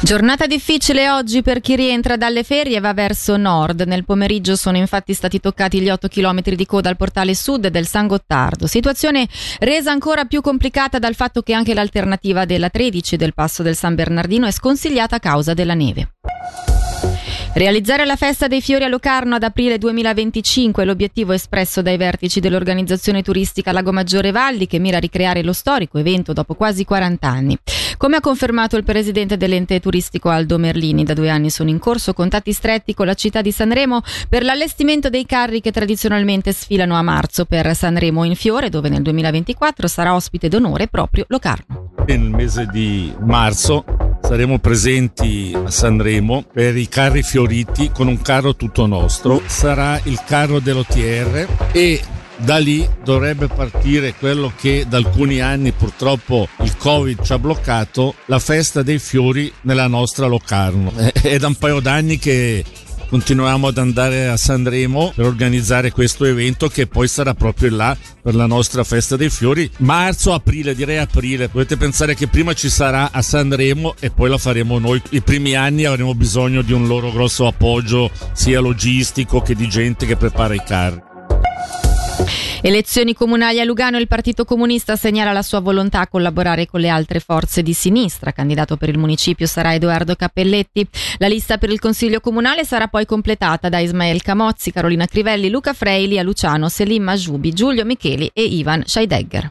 Giornata difficile oggi per chi rientra dalle ferie e va verso nord. Nel pomeriggio sono infatti stati toccati gli 8 chilometri di coda al portale sud del San Gottardo. Situazione resa ancora più complicata dal fatto che anche l'alternativa della 13 del passo del San Bernardino è sconsigliata a causa della neve. Realizzare la festa dei fiori a Locarno ad aprile 2025 è l'obiettivo espresso dai vertici dell'organizzazione turistica Lago Maggiore Valli, che mira a ricreare lo storico evento dopo quasi 40 anni. Come ha confermato il presidente dell'ente turistico Aldo Merlini, da 2 anni sono in corso contatti stretti con la città di Sanremo per l'allestimento dei carri che tradizionalmente sfilano a marzo per Sanremo in Fiore, dove nel 2024 sarà ospite d'onore proprio Locarno. Nel mese di marzo saremo presenti a Sanremo per i carri fioriti con un carro tutto nostro. Sarà il carro dell'OTR e da lì dovrebbe partire quello che da alcuni anni purtroppo il Covid ci ha bloccato, la festa dei fiori nella nostra Locarno. È da un paio d'anni che continuiamo ad andare a Sanremo per organizzare questo evento, che poi sarà proprio là per la nostra festa dei fiori. Marzo, aprile, direi aprile. Dovete pensare che prima ci sarà a Sanremo e poi la faremo noi. I primi anni avremo bisogno di un loro grosso appoggio, sia logistico che di gente che prepara i carri. Elezioni comunali a Lugano, il Partito Comunista segnala la sua volontà a collaborare con le altre forze di sinistra. Candidato per il municipio sarà Edoardo Cappelletti. La lista per il Consiglio Comunale sarà poi completata da Ismael Camozzi, Carolina Crivelli, Luca Freili, a Luciano, Selim Majoubi, Giulio Micheli e Ivan Scheidegger.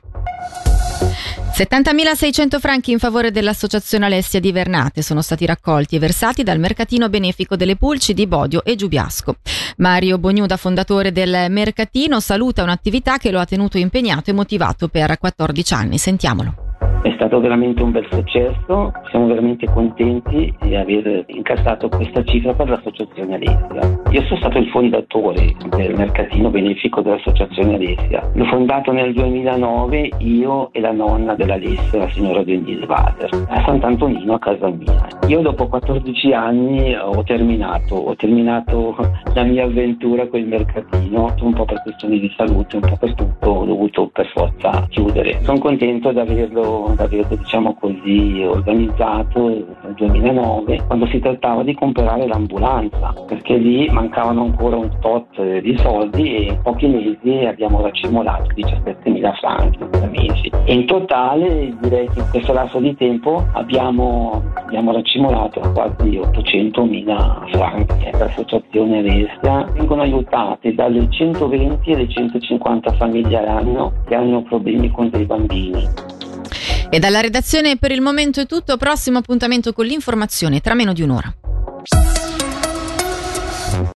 70.600 franchi in favore dell'Associazione Alessia di Vernate sono stati raccolti e versati dal mercatino benefico delle pulci di Bodio e Giubiasco. Mario Bognuda, fondatore del mercatino, saluta un'attività che lo ha tenuto impegnato e motivato per 14 anni. Sentiamolo. È stato veramente un bel successo, siamo veramente contenti di aver incassato questa cifra per l'associazione Alessia. Io sono stato il fondatore del mercatino benefico dell'associazione Alessia. L'ho fondato nel 2009 io e la nonna dell'Alessia, la signora Denise Vader, a Sant'Antonino, a casa mia. Io dopo 14 anni ho terminato la mia avventura con il mercatino, un po' per questioni di salute, un po' per tutto, ho dovuto per forza chiudere. Sono contento di averlo diciamo così organizzato nel 2009, quando si trattava di comprare l'ambulanza, perché lì mancavano ancora un tot di soldi e in pochi mesi abbiamo racimolato 17.000 franchi per mesi, e in totale direi che in questo lasso di tempo abbiamo racimolato quasi 800.000 franchi. L'associazione Alessia vengono aiutate dalle 120 alle 150 famiglie all'anno che hanno problemi con dei bambini. E dalla redazione per il momento è tutto. Prossimo appuntamento con l'informazione tra meno di un'ora.